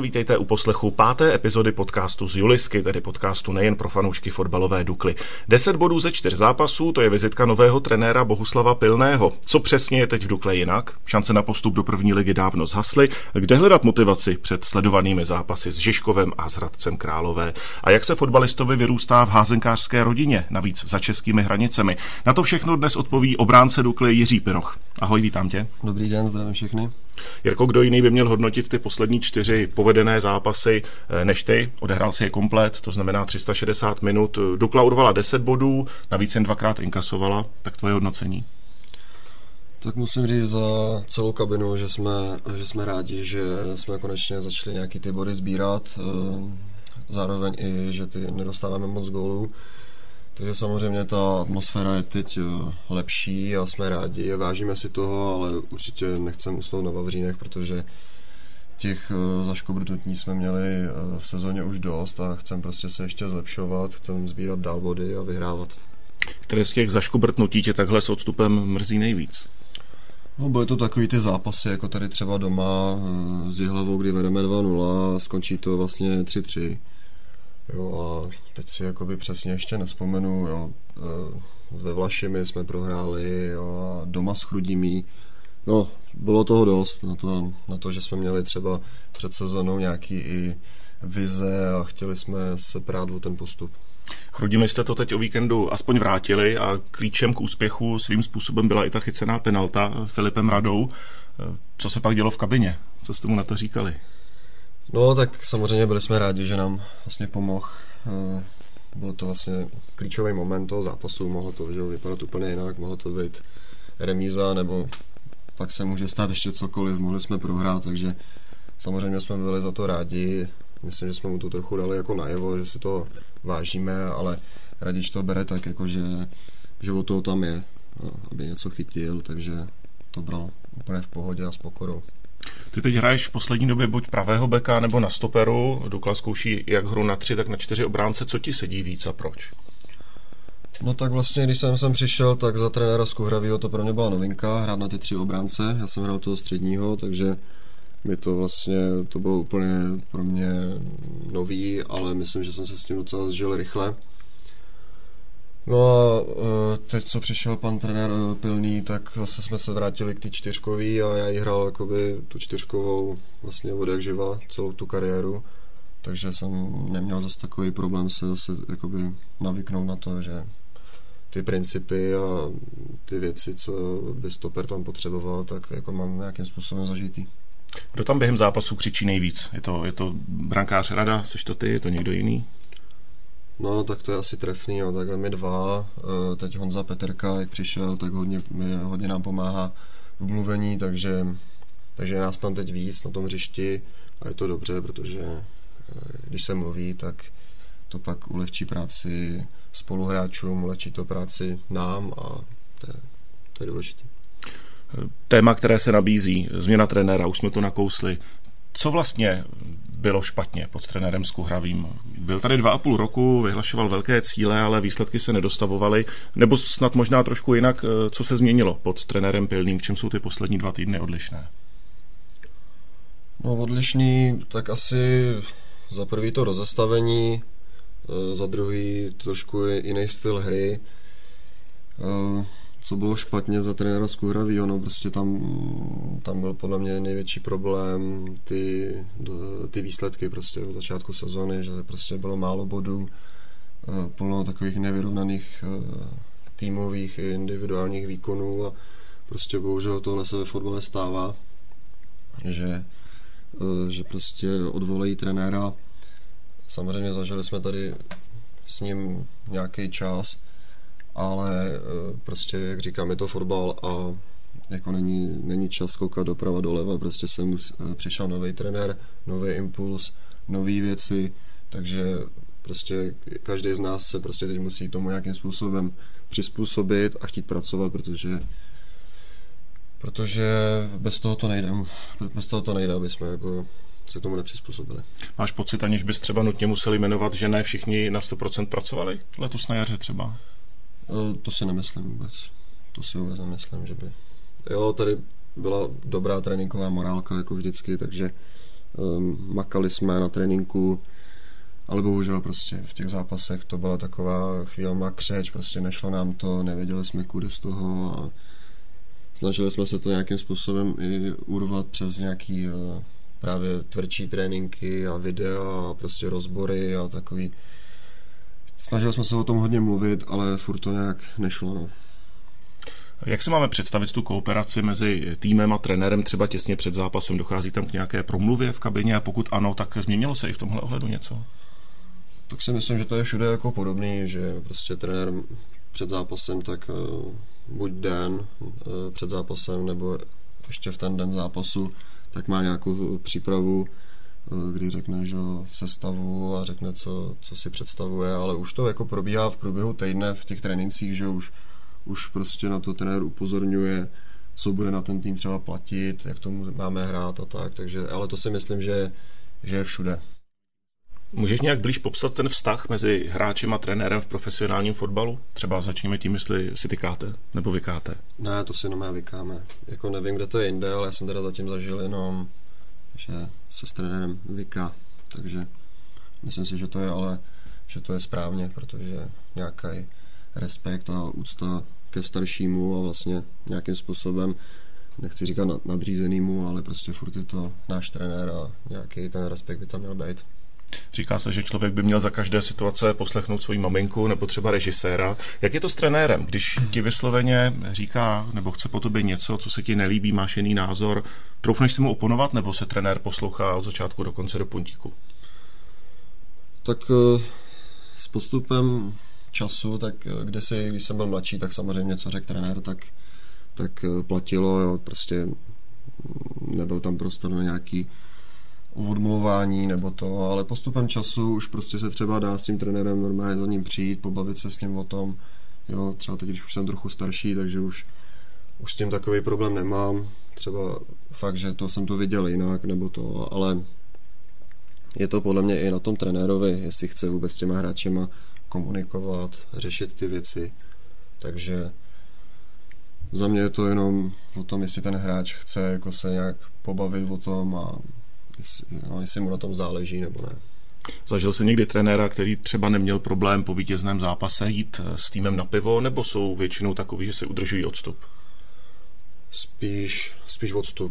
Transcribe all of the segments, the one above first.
vítejte u poslechu 5. epizody podcastu z Julisky, tedy podcastu nejen pro fanoušky fotbalové Dukly. 10 bodů ze 4 zápasů, to je vizitka nového trenéra Bohuslava Pilného. Co přesně je teď v Dukle jinak? Šance na postup do první ligy dávno zhasly. Kde hledat motivaci před sledovanými zápasy s Žižkovem a s Hradcem Králové? A jak se fotbalistovi vyrůstá v házenkářské rodině, navíc za českými hranicemi? Na to všechno dnes odpoví obránce Dukly Jiří Piroch. Ahoj, vítám tě. Dobrý den, zdravím všechny. Jirko, kdo jiný by měl hodnotit ty poslední 4 povedené zápasy než ty? Odehrál si je komplet, to znamená 360 minut. Dukla urvala 10 bodů, navíc jen 2krát inkasovala. Tak tvoje hodnocení? Tak musím říct za celou kabinu, že jsme rádi, že jsme konečně začali nějaký ty body sbírat. Zároveň i, že ty nedostáváme moc gólů. Takže samozřejmě ta atmosféra je teď lepší a jsme rádi, vážíme si toho, ale určitě nechceme usnout na vavřínech, protože těch zaškobrtnutí jsme měli v sezóně už dost a chceme prostě se ještě zlepšovat, chceme sbírat dál body a vyhrávat. Které z těch zaškobrtnutí tě takhle s odstupem mrzí nejvíc? No, byly to takový ty zápasy, jako tady třeba doma s Jihlavou, kdy vedeme 2-0 a skončí to vlastně 3-3. Jo, a teď si jakoby přesně ještě nespomenu, jo, ve Vlašimi jsme prohráli, jo, a doma s Chrudimí. No, bylo toho dost na to, že jsme měli třeba před sezónou nějaký i vize a chtěli jsme se prát o ten postup. Chrudimi jste to teď o víkendu aspoň vrátili a klíčem k úspěchu svým způsobem byla i ta chycená penalta Filipem Radou. Co se pak dělo v kabině? Co jste mu na to říkali? No, tak samozřejmě byli jsme rádi, že nám vlastně pomohl. Byl to vlastně klíčový moment toho zápasu, mohlo to vypadat úplně jinak, mohlo to být remíza, nebo pak se může stát ještě cokoliv, mohli jsme prohrát, takže samozřejmě jsme byli za to rádi. Myslím, že jsme mu to trochu dali jako najevo, že si to vážíme, ale Radič to bere tak, jako že o toho tam je, aby něco chytil, takže to bral úplně v pohodě a s pokorou. Ty teď hraješ v poslední době buď pravého beka nebo na stoperu. Dukla zkouší jak hru na 3, tak na 4 obránce. Co ti sedí víc a proč? No tak vlastně, když jsem sem přišel, tak za trenéra Skuhravýho to pro mě byla novinka, hrát na ty 3 obránce. Já jsem hrál toho středního, takže mi to vlastně, to bylo úplně pro mě nový, ale myslím, že jsem se s tím docela zžil rychle. No a teď, co přišel pan trenér Pilný, tak zase jsme se vrátili k té 4kový a já jí hrál jakoby tu 4kovou vlastně od jak živa celou tu kariéru, takže jsem neměl zase takový problém se zase jakoby navyknout na to, že ty principy a ty věci, co by stoper tam potřeboval, tak jako mám nějakým způsobem zažitý. Kdo tam během zápasu křičí nejvíc? Je to brankář Rada, seš to ty, je to někdo jiný? No, tak to je asi trefný, jo. Takhle my 2, teď Honza Peterka, jak přišel, tak hodně nám pomáhá v mluvení, takže je nás tam teď víc na tom hřišti a je to dobře, protože když se mluví, tak to pak ulehčí práci spoluhráčům, ulehčí to práci nám a to je důležité. Téma, které se nabízí, změna trenéra, už jsme to nakousli. Co vlastně bylo špatně pod trenérem Skuhravým? Byl tady 2,5 roku, vyhlašoval velké cíle, ale výsledky se nedostavovaly. Nebo snad možná trošku jinak, co se změnilo pod trenérem Pilným? V čem jsou ty poslední 2 týdny odlišné? No, odlišný, tak asi za prvý to rozestavení, za druhý trošku jiný styl hry. Co bylo špatně za trenéra Skuhravýho, no prostě tam byl podle mě největší problém ty výsledky prostě od začátku sezóny, že prostě bylo málo bodů, plno takových nevyrovnaných týmových i individuálních výkonů a prostě bohužel tohle se ve fotbale stává, že prostě odvolají trenéra. Samozřejmě zažili jsme tady s ním nějaký čas, ale prostě, jak říkám, je to fotbal a jako není čas koukat doprava doleva, prostě přišel nový trenér, nový impuls, nové věci, takže prostě každý z nás se prostě teď musí tomu nějakým způsobem přizpůsobit a chtít pracovat, protože bez toho to nejde, aby jsme jako se tomu nepřizpůsobili. Máš pocit, aniž bys třeba nutně museli jmenovat, že ne všichni na 100% pracovali letos na jaře třeba? To si nemyslím vůbec. To si vůbec nemyslím, že by. Jo, tady byla dobrá tréninková morálka, jako vždycky, takže makali jsme na tréninku, ale bohužel prostě v těch zápasech to byla taková chvílema křeč, prostě nešlo nám to, nevěděli jsme kudy z toho a snažili jsme se to nějakým způsobem i urvat přes nějaký právě tvrdší tréninky a videa a prostě rozbory a takový. Snažili jsme se o tom hodně mluvit, ale furt to nějak nešlo, no. Jak si máme představit tu kooperaci mezi týmem a trenérem třeba těsně před zápasem? Dochází tam k nějaké promluvě v kabině a pokud ano, tak změnilo se i v tomhle ohledu něco? Tak si myslím, že to je všude jako podobný, že prostě trenér před zápasem tak buď den před zápasem nebo ještě v ten den zápasu tak má nějakou přípravu, kdy řekne, že sestavu a řekne, co si představuje, ale už to jako probíhá v průběhu týdne v těch trénincích, že už prostě na to trenér upozorňuje, co bude na ten tým třeba platit, jak tomu máme hrát a tak, takže, ale to si myslím, že je všude. Můžeš nějak blíž popsat ten vztah mezi hráčem a trenérem v profesionálním fotbalu? Třeba začněme tím, jestli si tykáte nebo vykáte. Ne, to si jenom vykáme. Jako nevím, kde to je jinde, ale já jsem teda zatím zažil jenom, že se s trenérem vyká. Takže myslím si, že to je ale, že to je správně, protože nějaký respekt a úcta ke staršímu a vlastně nějakým způsobem, nechci říkat nadřízenýmu, ale prostě furt je to náš trenér a nějaký ten respekt by tam měl být. Říká se, že člověk by měl za každé situace poslechnout svoji maminku nebo třeba režiséra. Jak je to s trenérem, když ti vysloveně říká nebo chce po tobě něco, co se ti nelíbí, máš jiný názor, troufneš si mu oponovat nebo se trenér poslouchá od začátku do konce do puntíku? Tak s postupem času, tak když jsem byl mladší, tak samozřejmě co řekl trenér, tak platilo, jo, prostě nebyl tam prostor na nějaký odmluvání nebo to, ale postupem času už prostě se třeba dá s tím trenérem normálně za ním přijít, pobavit se s ním o tom, jo, třeba teď, když už jsem trochu starší, takže už s tím takový problém nemám, třeba fakt, že to jsem to viděl jinak nebo to, ale je to podle mě i na tom trenérovi, jestli chce vůbec s těma hráčema komunikovat, řešit ty věci, takže za mě je to jenom o tom, jestli ten hráč chce jako se nějak pobavit o tom a jestli mu na tom záleží nebo ne. Zažil jsi někdy trenéra, který třeba neměl problém po vítězném zápase jít s týmem na pivo, nebo jsou většinou takový, že se udržují odstup? Spíš odstup.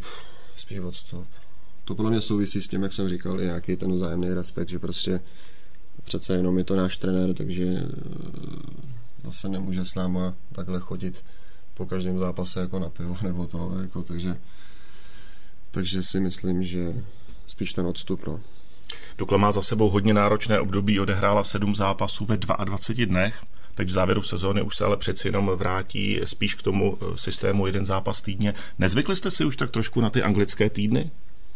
To podle mě souvisí s tím, jak jsem říkal, i nějaký ten vzájemný respekt, že prostě přece jenom je to náš trenér, takže zase nemůže s náma takhle chodit po každém zápase jako na pivo nebo to, jako, takže si myslím, že spíš ten odstup, no. Dukla má za sebou hodně náročné období, odehrála 7 zápasů ve 22 dnech, teď v závěru sezóny už se ale přeci jenom vrátí spíš k tomu systému 1 zápas týdně. Nezvykli jste si už tak trošku na ty anglické týdny?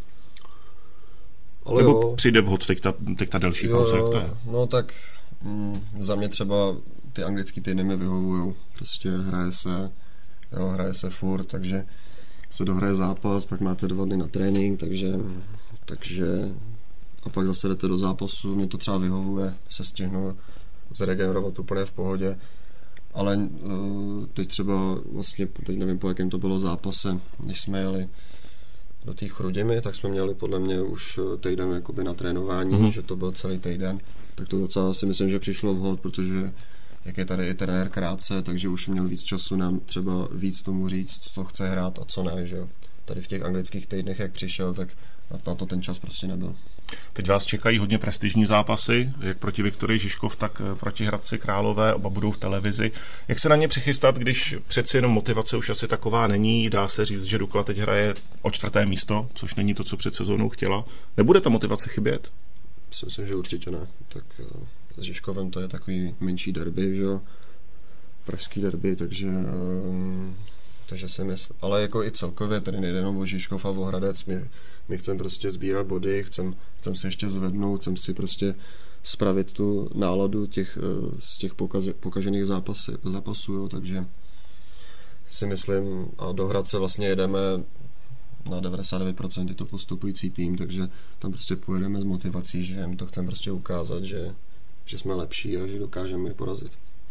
Ale nebo jo. Přijde vhod teď ta delší pauza, jak to je? No tak za mě třeba ty anglické týdny mi vyhovujou. Prostě hraje se furt, takže se dohraje zápas, pak máte 2 dny na trénink, takže a pak zase jdete do zápasu, mě to třeba vyhovuje, se stihnu zregenerovat úplně v pohodě, ale teď třeba vlastně, teď nevím, po jakém to bylo zápase, když jsme jeli do té Chrudimi, tak jsme měli podle mě už týden jakoby na trénování, že to byl celý týden, tak to docela si myslím, že přišlo vhod, protože jak je tady i trenér krátce, takže už měl víc času nám třeba víc tomu říct, co chce hrát a co ne, že jo. Tady v těch anglických týdnech, jak přišel, tak na to ten čas prostě nebyl. Teď vás čekají hodně prestižní zápasy, jak proti Viktorii Žižkov, tak proti Hradci Králové, oba budou v televizi. Jak se na ně přichystat, když přeci jenom motivace už asi taková není, dá se říct, že Dukla teď hraje o 4. místo, což není to, co před sezónou chtěla. Nebude ta motivace chybět? Myslím, že určitě ne. Tak s Žižkovem to je takový menší derby, že jo, pražský derby, takže si myslím, ale jako i celkově, tady nejde jenom o Žižkov a o Hradec, my chceme prostě sbírat body, chcem se ještě zvednout, chcem si prostě spravit tu náladu z těch pokažených zápasů, jo, takže si myslím, a do Hradce vlastně jedeme na 99% je to postupující tým, takže tam prostě pojedeme s motivací, že jim to chceme prostě ukázat, že jsme lepší a že dokážeme je porazit.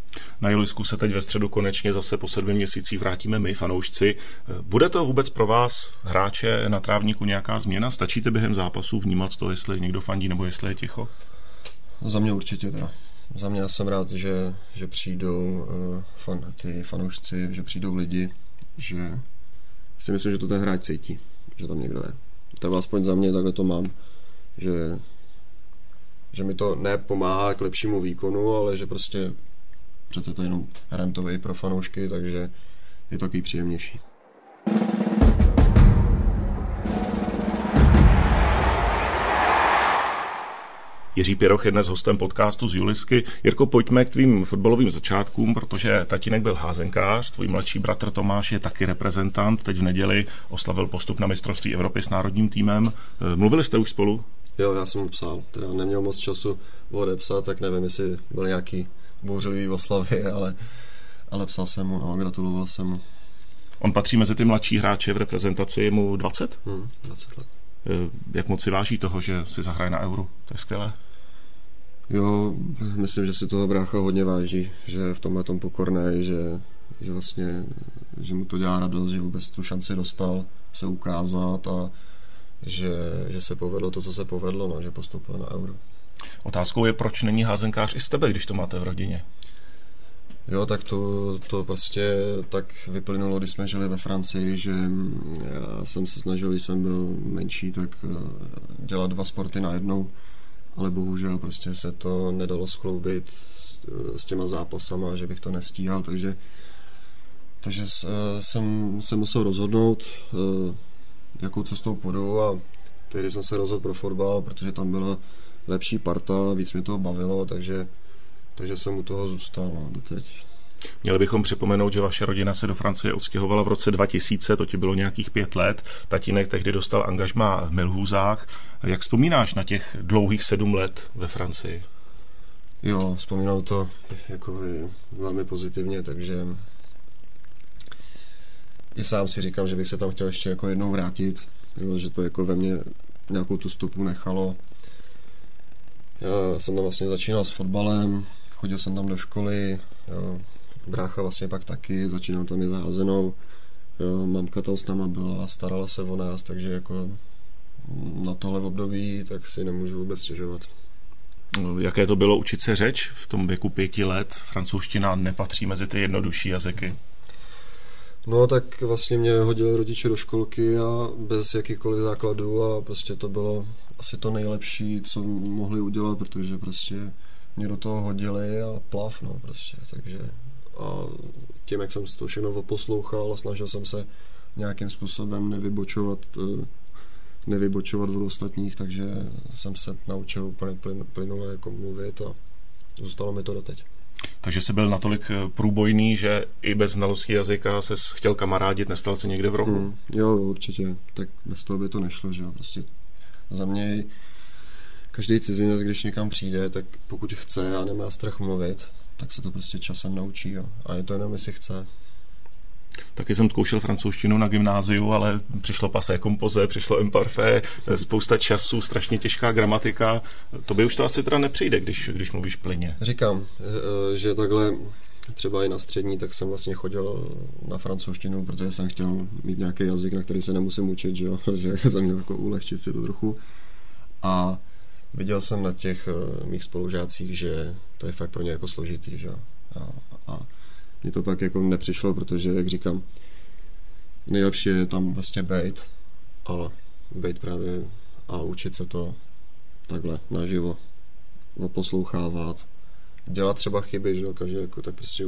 Na Julisku se teď ve středu konečně zase po 7 měsících vrátíme my, fanoušci. Bude to vůbec pro vás, hráče na trávníku, nějaká změna? Stačíte během zápasu vnímat to, jestli někdo fandí nebo jestli je ticho? Za mě určitě teda. Za mě já jsem rád, že přijdou ty fanoušci, že přijdou lidi, že si myslím, že to ten hráč cítí, že tam někdo je. Třeba aspoň za mě takhle to mám, že mi to nepomáhá k lepšímu výkonu, ale že prostě přece to jenom hrajeme to i pro fanoušky, takže je to takový příjemnější. Jiří Pěroch je dnes hostem podcastu z Julisky. Jirko, pojďme k tvým fotbalovým začátkům, protože tatínek byl házenkář, tvůj mladší bratr Tomáš je taky reprezentant, teď v neděli oslavil postup na mistrovství Evropy s národním týmem. Mluvili jste už spolu? Jo, já jsem mu psal, teda neměl moc času odepsat, tak nevím, jestli byl nějaký bouřlivý oslavy, ale psal jsem mu, no, gratuloval jsem mu. On patří mezi ty mladší hráče v reprezentaci, je mu 20? 20 let. Jak moc si váží toho, že si zahraje na Euro? To je skvělé. Jo, myslím, že si toho brácha hodně váží, že je v tomhle tom pokornej, že vlastně, že mu to dělá radost, že vůbec tu šanci dostal se ukázat a že se povedlo to, co se povedlo, no, že postupil na Euro. Otázkou je, proč není házenkář i z tebe, když to máte v rodině? Jo, tak to prostě tak vyplynulo, když jsme žili ve Francii, že já jsem se snažil, když jsem byl menší, tak dělat 2 sporty najednou, ale bohužel prostě se to nedalo skloubit s těma zápasama, že bych to nestíhal, takže jsem se musel rozhodnout, jakou cestou půjdu, a tehdy jsem se rozhodl pro fotbal, protože tam byla lepší parta, víc mě toho bavilo, takže jsem u toho zůstal, no, doteď. Měli bychom připomenout, že vaše rodina se do Francie odstěhovala v roce 2000, to ti bylo nějakých 5 let. Tatínek tehdy dostal angažmá v Milhousách. Jak vzpomínáš na těch dlouhých 7 let ve Francii? Jo, vzpomínám to jako velmi pozitivně, takže i sám si říkám, že bych se tam chtěl ještě jako jednou vrátit, jo, že to jako ve mně nějakou tu stopu nechalo. Já jsem tam vlastně začínal s fotbalem, chodil jsem tam do školy, jo, brácha vlastně pak taky, začínal tam i za házenou, jo, mamka tam s náma byla, starala se o nás, takže jako na tohle období tak si nemůžu vůbec stěžovat. Jaké to bylo učit se řeč v tom věku 5 let? Francouzština nepatří mezi ty jednodušší jazyky. No tak vlastně mě hodili rodiče do školky a bez jakýchkoliv základů a prostě to bylo asi to nejlepší, co mohli udělat, protože prostě mě do toho hodili a plav, no prostě, takže a tím, jak jsem to všechno oposlouchal a snažil jsem se nějakým způsobem nevybočovat od ostatních, takže jsem se naučil úplně plynule jako mluvit a zůstalo mi to doteď. Takže jsi byl natolik průbojný, že i bez znalosti jazyka ses chtěl kamarádit, nestal se někde v rohu? Jo, určitě, tak bez toho by to nešlo, že jo, prostě za mě každý cizinec, když někam přijde, tak pokud chce a nemá strach mluvit, tak se to prostě časem naučí, jo. A je to jenom, jestli chce. Taky jsem zkoušel francouzštinu na gymnáziu, ale přišlo passé composé, přišlo imparfait, spousta času, strašně těžká gramatika. To by už to asi teda nepřijde, když mluvíš plynně. Říkám, že takhle třeba i na střední, tak jsem vlastně chodil na francouzštinu, protože jsem chtěl mít nějaký jazyk, na který se nemusím učit, že jo, že jsem měl jako ulehčit si to trochu. A viděl jsem na těch mých spolužácích, že to je fakt pro ně jako složitý, že jo. A mně to pak jako nepřišlo, protože, jak říkám, nejlepší je tam vlastně bejt právě a učit se to takhle naživo, poslouchávat, dělat třeba chyby, že jo, každý jako tak prostě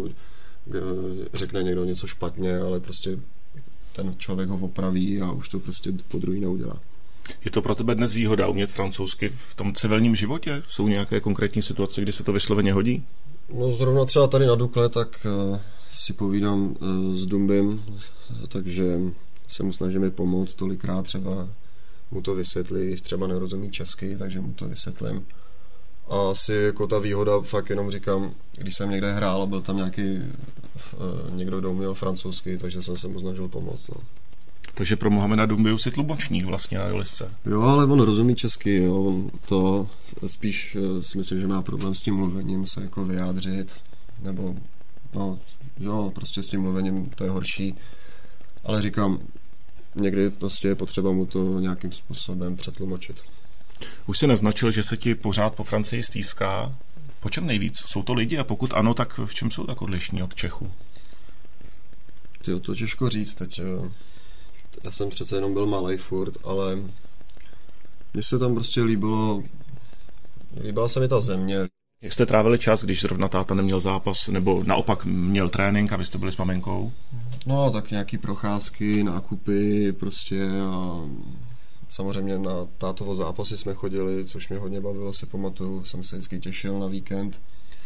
řekne někdo něco špatně, ale prostě ten člověk ho opraví a už to prostě po druhý neudělá. Je to pro tebe dnes výhoda umět francouzsky v tom civilním životě? Jsou nějaké konkrétní situace, kdy se to vysloveně hodí? No zrovna třeba tady na Dukle, tak si povídám s Dumbim, takže se mu snažíme pomoct tolikrát, třeba mu to vysvětlit, třeba nerozumí česky, takže mu to vysvětlím. A asi jako ta výhoda, fakt jenom říkám, když jsem někde hrál a byl tam někdo, kdo uměl francouzsky, takže jsem se mu snažil pomoct. No. Takže pro Mohameda Dumbiu si tlumočník vlastně na Julisce. Jo, ale on rozumí česky, jo. To spíš si myslím, že má problém s tím mluvením, se jako vyjádřit. nebo no, jo, prostě s tím mluvením to je horší, ale říkám, někdy prostě je potřeba mu to nějakým způsobem přetlumočit. Už jsi naznačil, že se ti pořád po Francii stýská. Po čem nejvíc? Jsou to lidi a pokud ano, tak v čem jsou tak odlišní od Čechů? Tyjo, to těžko říct teď. Já jsem přece jenom byl malej furt, ale mně se tam prostě líbila se mi ta země. Jak jste trávili čas, když zrovna táta neměl zápas, nebo naopak měl trénink a vy jste byli s maminkou? No, tak nějaký procházky, nákupy prostě a samozřejmě na tátovo zápasy jsme chodili, což mě hodně bavilo, si pamatuju, jsem se vždycky těšil na víkend.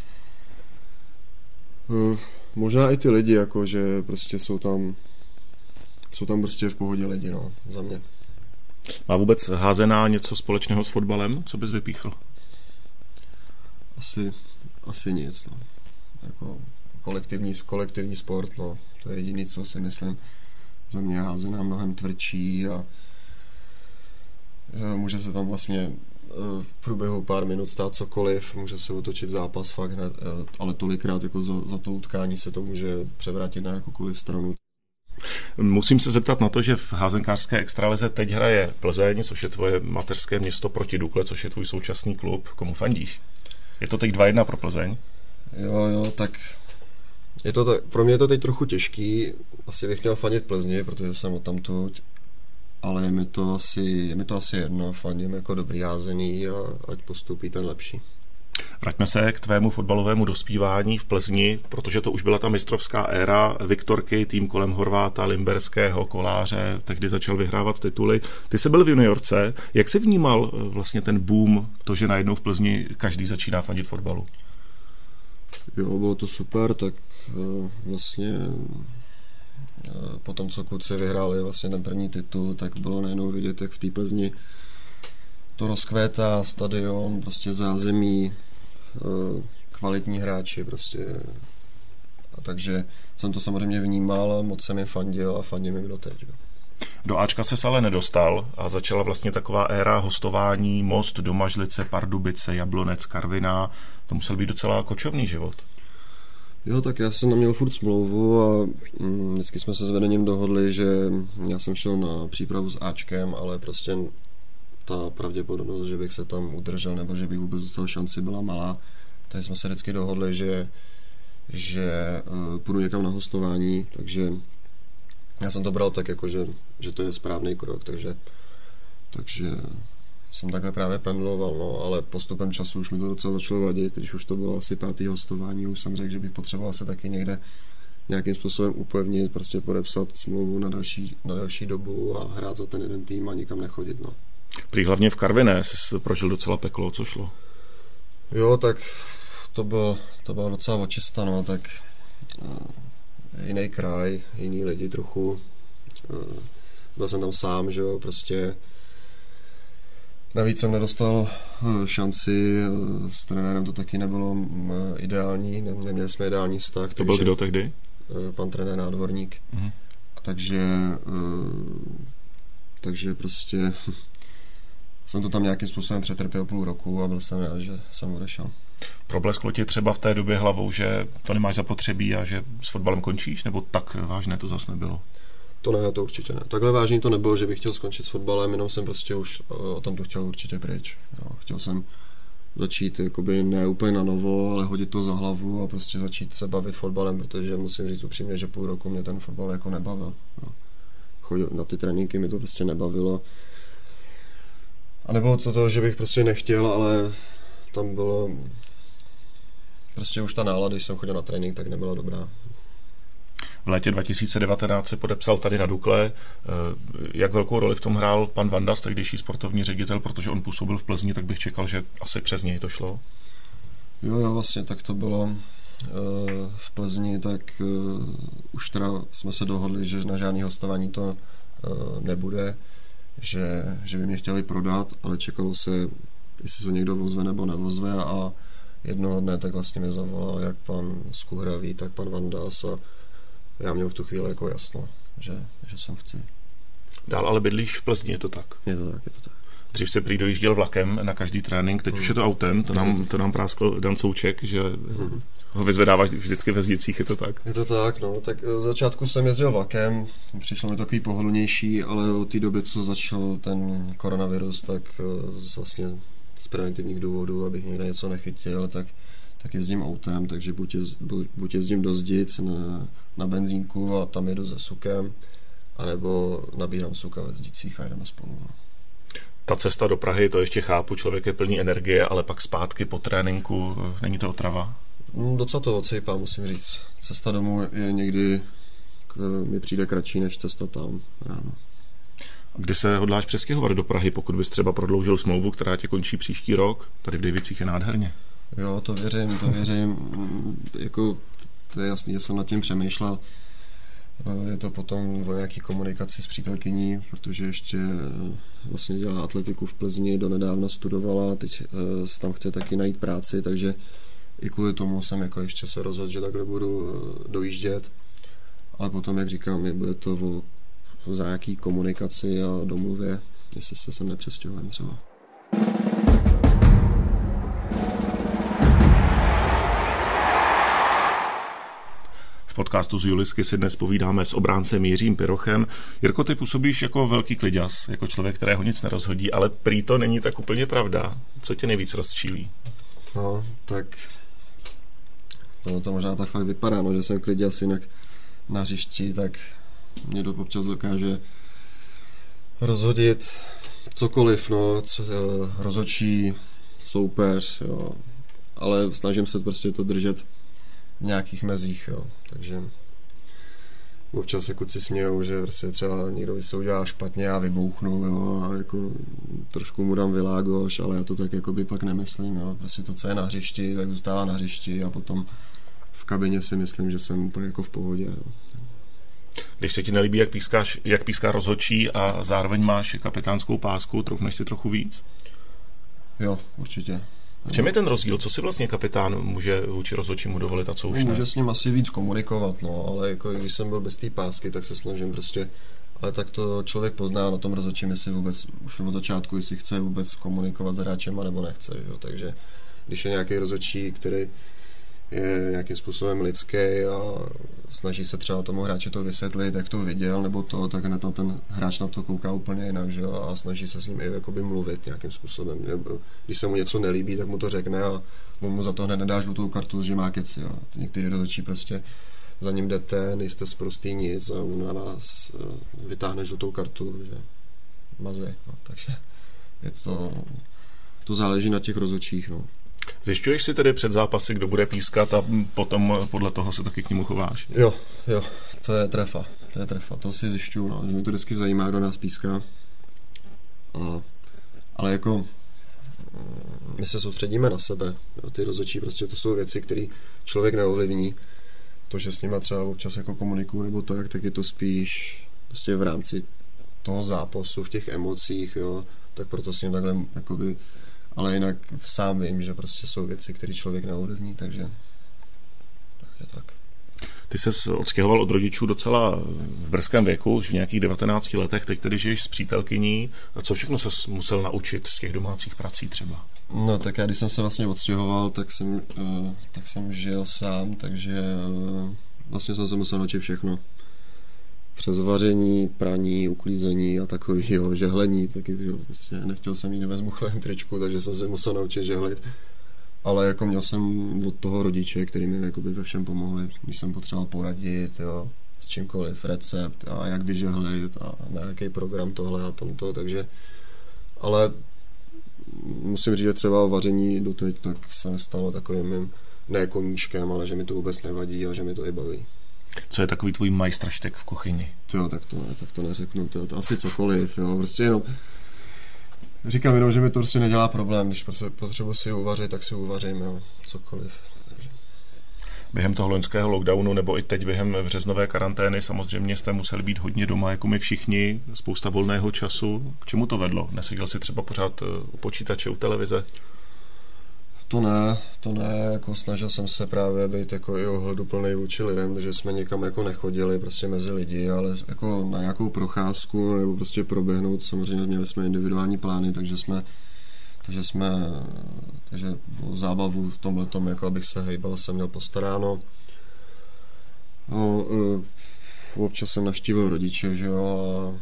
Možná i ty lidi, jako, že prostě jsou tam prostě v pohodě lidi, no, za mě. Má vůbec házená něco společného s fotbalem? Co bys vypíchl? Asi nic, no. Jako kolektivní sport, no. To je jediné, co si myslím. Za mě je házená mnohem tvrdší a může se tam vlastně v průběhu pár minut stát cokoliv, může se otočit zápas fakt hned, ale tolikrát jako za to utkání se to může převrátit na jakoukoliv stranu. Musím se zeptat na to, že v házenkářské extralize teď hraje Plzeň, což je tvoje mateřské město, proti Dukle, což je tvůj současný klub. Komu fandíš? Je to teď 2-1 pro Plzeň? Jo, tak je to tak, pro mě je to teď trochu těžký. Asi bych měl fandit Plzni, protože jsem odtamtud, ale je mi to asi jedno. Fandím jako dobrý házený a ať postupí ten lepší. Vraťme se k tvému fotbalovému dospívání v Plzni, protože to už byla ta mistrovská éra Viktorky, tým kolem Horváta, Limberského, Koláře, tehdy začal vyhrávat tituly. Ty jsi byl v juniorce, jak jsi vnímal vlastně ten boom, to, že najednou v Plzni každý začíná fandit fotbalu? Jo, bylo to super, tak vlastně potom, co kluci vyhráli vlastně ten první titul, tak bylo najednou vidět, jak v té Plzni to rozkvétá, stadion, prostě zázemí, kvalitní hráči prostě. A takže jsem to samozřejmě vnímal, moc jsem jim fandil a fandím jim doteď. Jo. Do Ačka ses ale nedostal a začala vlastně taková éra hostování, Most, Domažlice, Pardubice, Jablonec, Karviná. To musel být docela kočovný život. Jo, tak já jsem neměl furt smlouvu a vždycky jsme se s vedením dohodli, že já jsem šel na přípravu s Ačkem, ale prostě ta pravděpodobnost, že bych se tam udržel nebo že bych vůbec dostal šanci, byla malá. Takže jsme se vždycky dohodli, že půjdu někam na hostování, takže já jsem to bral tak, jako, že to je správný krok, takže jsem takhle právě pendloval, no, ale postupem času už mi to docela začalo vadit, když už to bylo asi 5. hostování, už jsem řekl, že bych potřeboval se taky někde nějakým způsobem upevnit, prostě podepsat smlouvu na další dobu a hrát za ten jeden tým a nikam nechodit, no. Prý hlavně v Karviné jsi prožil docela peklo, co šlo? Jo, tak to bylo docela očista, no, tak jiný kraj, jiný lidi trochu. Byl jsem tam sám, že jo, prostě navíc jsem nedostal šanci, s trenérem to taky nebylo ideální, neměli jsme ideální vztah. To byl kdo tehdy? Pan trenér Nádvorník. Uh-huh. Takže prostě jsem to tam nějakým způsobem přetrpěl půl roku a byl jsem rád, že jsem odešel. Problesklo ti třeba v té době hlavou, že to nemáš zapotřebí a že s fotbalem končíš, nebo tak vážné to zase nebylo? To ne, to určitě ne. Takhle vážný to nebylo, že bych chtěl skončit s fotbalem, jenom jsem prostě už o tom to chtěl určitě pryč. Jo, chtěl jsem začít jakoby ne úplně na novo, ale hodit to za hlavu a prostě začít se bavit fotbalem, protože musím říct upřímně, že půl roku mě ten fotbal jako nebavil. Jo. Chodil na ty tréninky, mi to prostě nebavilo. A nebylo to, že bych prostě nechtěl, ale tam bylo prostě už ta nálada, když jsem chodil na trénink, tak nebyla dobrá. V létě 2019 se podepsal tady na Dukle. Jak velkou roli v tom hrál pan Vandas, tehdejší sportovní ředitel, protože on působil v Plzni, tak bych čekal, že asi přes něj to šlo. Jo, vlastně tak to bylo v Plzni, tak už teda jsme se dohodli, že na žádný hostování to nebude, že by mě chtěli prodat, ale čekalo se, jestli se někdo vozve nebo nevozve a jednoho dne tak vlastně mě zavolal jak pan Skuhravý, tak pan Vandas a já měl v tu chvíli jako jasno, že sem chci. Dál ale bydlíš v Plzni, je to tak? Je to tak. Dřív se prý dojížděl vlakem na každý trénink, teď už je to autem, to nám práskl Dan Souček, že ho vyzvedáváš vždycky ve Zdicích, je to tak? Je to tak, no. Tak v začátku jsem jezdil vlakem, přišlo mi takový pohodlnější, ale od té doby, co začal ten koronavirus, tak vlastně z preventivních důvodů, abych někde něco nechytil, tak jezdím autem, takže buď jezdím do Zdic na benzínku a tam jedu se sukem, anebo nabírám suka ve Zdicích a jdeme spolu. No. Ta cesta do Prahy, to ještě chápu, člověk je plný energie, ale pak zpátky po tréninku, není to otrava? Docela to odsejpá, musím říct. Cesta domů je někdy, mi přijde kratší než cesta tam ráno. Kdy se hodláš přestěhovat do Prahy, pokud bys třeba prodloužil smlouvu, která tě končí příští rok? Tady v Dejvicích je nádherně. Jo, to věřím. Jako, to je jasný, že jsem nad tím přemýšlel. Je to potom o nějaký komunikaci s přítelkyní, protože ještě vlastně dělá atletiku v Plzni, donedávna studovala, teď tam chce taky najít práci, takže i kvůli tomu jsem jako ještě se rozhodl, že takhle budu dojíždět. Ale potom, jak říkám, bude to za nějaký komunikaci a domluvě, jestli se sem nepřestěhujeme třeba. V podcastu z Julisky si dnes povídáme s obráncem Jiřím Pirochem. Jirko, ty působíš jako velký kliďas, jako člověk, kterého nic nerozhodí, ale prý to není tak úplně pravda. Co tě nejvíc rozčílí? No, tak to možná tak fakt vypadá, no, že jsem kliďas, jinak na hřišti, tak mě to občas dokáže rozhodit cokoliv, no, rozhodčí, soupeř, jo, ale snažím se prostě to držet v nějakých mezích, jo, takže občas se kluci smějou, že prostě třeba někdo se udělá špatně a vybouchnu, jo, a jako trošku mu dám vylágoš, ale já to tak jako by pak nemyslím, jo, prostě to, co je na hřišti, tak zůstává na hřišti a potom v kabině si myslím, že jsem úplně jako v pohodě, jo. Když se ti nelíbí, jak píská rozhodčí a zároveň máš kapitánskou pásku, troufneš si trochu víc? Jo, určitě. V čem je ten rozdíl? Co si vlastně kapitán může vůči rozhodčímu dovolit a co už ne? Může s ním asi víc komunikovat, no, ale jako když jsem byl bez té pásky, tak se snažím prostě, ale tak to člověk pozná na tom rozhodčím, jestli vůbec už od začátku, jestli chce vůbec komunikovat s hráčema nebo nechce, jo, takže když je nějaký rozhodčí, který je nějakým způsobem lidský a snaží se třeba tomu hráči to vysvětlit, jak to viděl, nebo to, tak hned ten hráč na to kouká úplně jinak, že jo, a snaží se s ním i jakoby mluvit nějakým způsobem. Nebo když se mu něco nelíbí, tak mu to řekne a mu za to hned nedá žlutou kartu, že má keci, jo. Některý rozhodčí prostě za ním jdete, nejste sprostý nic a on na vás vytáhne žlutou kartu, že mazej, no, takže je to záleží na těch rozhodčích, no. Zjišťuješ si tedy před zápasy, kdo bude pískat a potom podle toho se taky k němu chováš? Jo, to je trefa, to si zjišťuju, no, že mě to vždycky zajímá, kdo nás píská. Ale jako my se soustředíme na sebe, jo, ty rozhodčí prostě to jsou věci, které člověk neovlivní. To, že s nima třeba občas jako komunikuju nebo tak je to spíš prostě v rámci toho zápasu, v těch emocích, jo, tak proto s ním takhle jakoby, ale jinak sám vím, že prostě jsou věci, které člověk neovlivní, takže tak. Ty ses odstěhoval od rodičů docela v brzkém věku, už v nějakých 19 letech, teď tedy žiješ s přítelkyní. Co všechno ses musel naučit z těch domácích prací třeba? No tak já, když jsem se vlastně odstěhoval, tak jsem žil sám, takže vlastně jsem se musel naučit všechno. Přes vaření, praní, uklízení a takovýho, žehlení, taky jo, prostě nechtěl jsem jít ve zmuchleném tričku, takže jsem se musel naučit žehlit. Ale jako měl jsem od toho rodiče, který mi jakoby ve všem pomohli, když jsem potřeboval poradit, jo, s čímkoliv, recept a jak vyžehlit a na jaký program tohle a tamto, takže ale musím říct, že třeba vaření doteď tak se nestalo takovým mým ne koníčkem, ale že mi to vůbec nevadí a že mi to i baví. Co je takový tvůj majstrštek v kuchyni? Jo, tak to neřeknu, to asi cokoliv, jo, prostě jenom říkám jenom, že mi to prostě nedělá problém, když prostě potřebuji si uvařit, tak si uvařím, jo, cokoliv. Takže. Během toho loňského lockdownu nebo i teď během březnové karantény samozřejmě jste museli být hodně doma, jako my všichni, spousta volného času. K čemu to vedlo? Neseděl jsi třeba pořád u počítače, u televize? To ne, jako snažil jsem se právě být jako i ohleduplnej vůči lidem, takže jsme někam jako nechodili prostě mezi lidi, ale jako na nějakou procházku nebo prostě proběhnout, samozřejmě měli jsme individuální plány, takže jsme takže o zábavu v tomhletom, jako abych se hejbal, jsem měl postaráno. No, občas jsem navštívil rodiče, že jo, a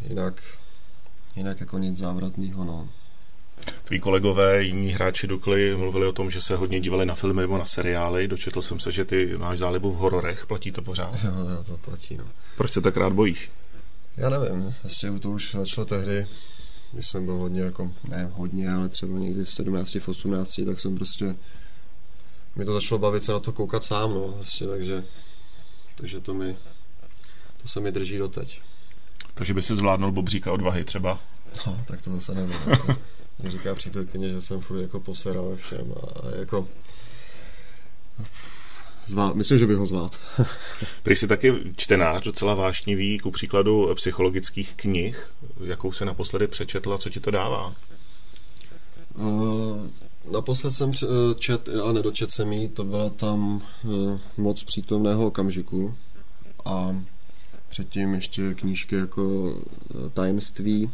jinak jako nic závratného, no. Tví kolegové, jiní hráči Dukly mluvili o tom, že se hodně dívali na filmy nebo na seriály. Dočetl jsem se, že ty máš zálibu v hororech. Platí to pořád? Jo, to platí, no. Proč se tak rád bojíš? Já nevím, vlastně to už začalo tehdy, když jsem byl hodně, jako, ne hodně, ale třeba někdy v 17, v 18, tak jsem prostě, mi to začalo bavit se na to koukat sám, no, vlastně, takže to se mi drží doteď. Takže by si zvládnul Bobříka odvahy třeba? No, tak to zase nevím. Mě říká přítelkyně, že jsem furt jako poseral všem a jako myslím, že bych ho zvládl. Prý jsi taky čtenář, docela vášnivý, ku příkladu psychologických knih. Jakou se naposledy přečetl a co ti to dává? Naposled jsem čet a nedočet jsem jí, to byla tam Moc přítomného okamžiku a předtím ještě knížky jako Tajemství.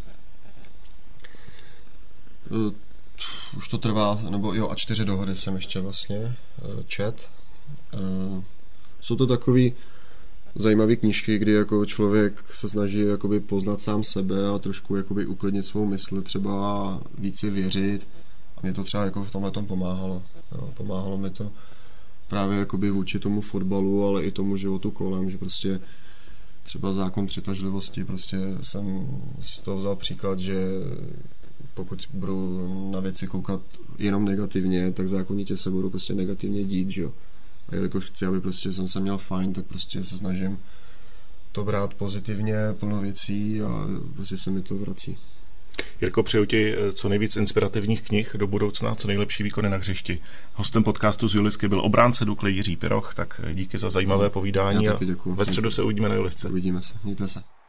Už to trvá, nebo jo, a 4 dohody jsem ještě vlastně čet. Jsou to takový zajímavé knížky, kdy jako člověk se snaží jakoby poznat sám sebe a trošku jakoby uklidnit svou mysl, třeba víc si věřit. A mě to třeba jako v tomhletom pomáhalo. Jo, pomáhalo mi to právě jakoby vůči tomu fotbalu, ale i tomu životu kolem, že prostě třeba zákon přitažlivosti, prostě jsem z toho vzal příklad, že pokud budu na věci koukat jenom negativně, tak zákonitě se budu prostě negativně dít, že jo. A jelikož chci, aby prostě jsem se měl fajn, tak prostě se snažím to brát pozitivně, plno věcí a prostě se mi to vrací. Jirko, přeju ti co nejvíc inspirativních knih do budoucna, co nejlepší výkony na hřišti. Hostem podcastu z Julisky byl obránce Dukly Jiří Piroch, tak díky za zajímavé povídání a ve středu se uvidíme na Julisce. Uvidíme se, mějte se.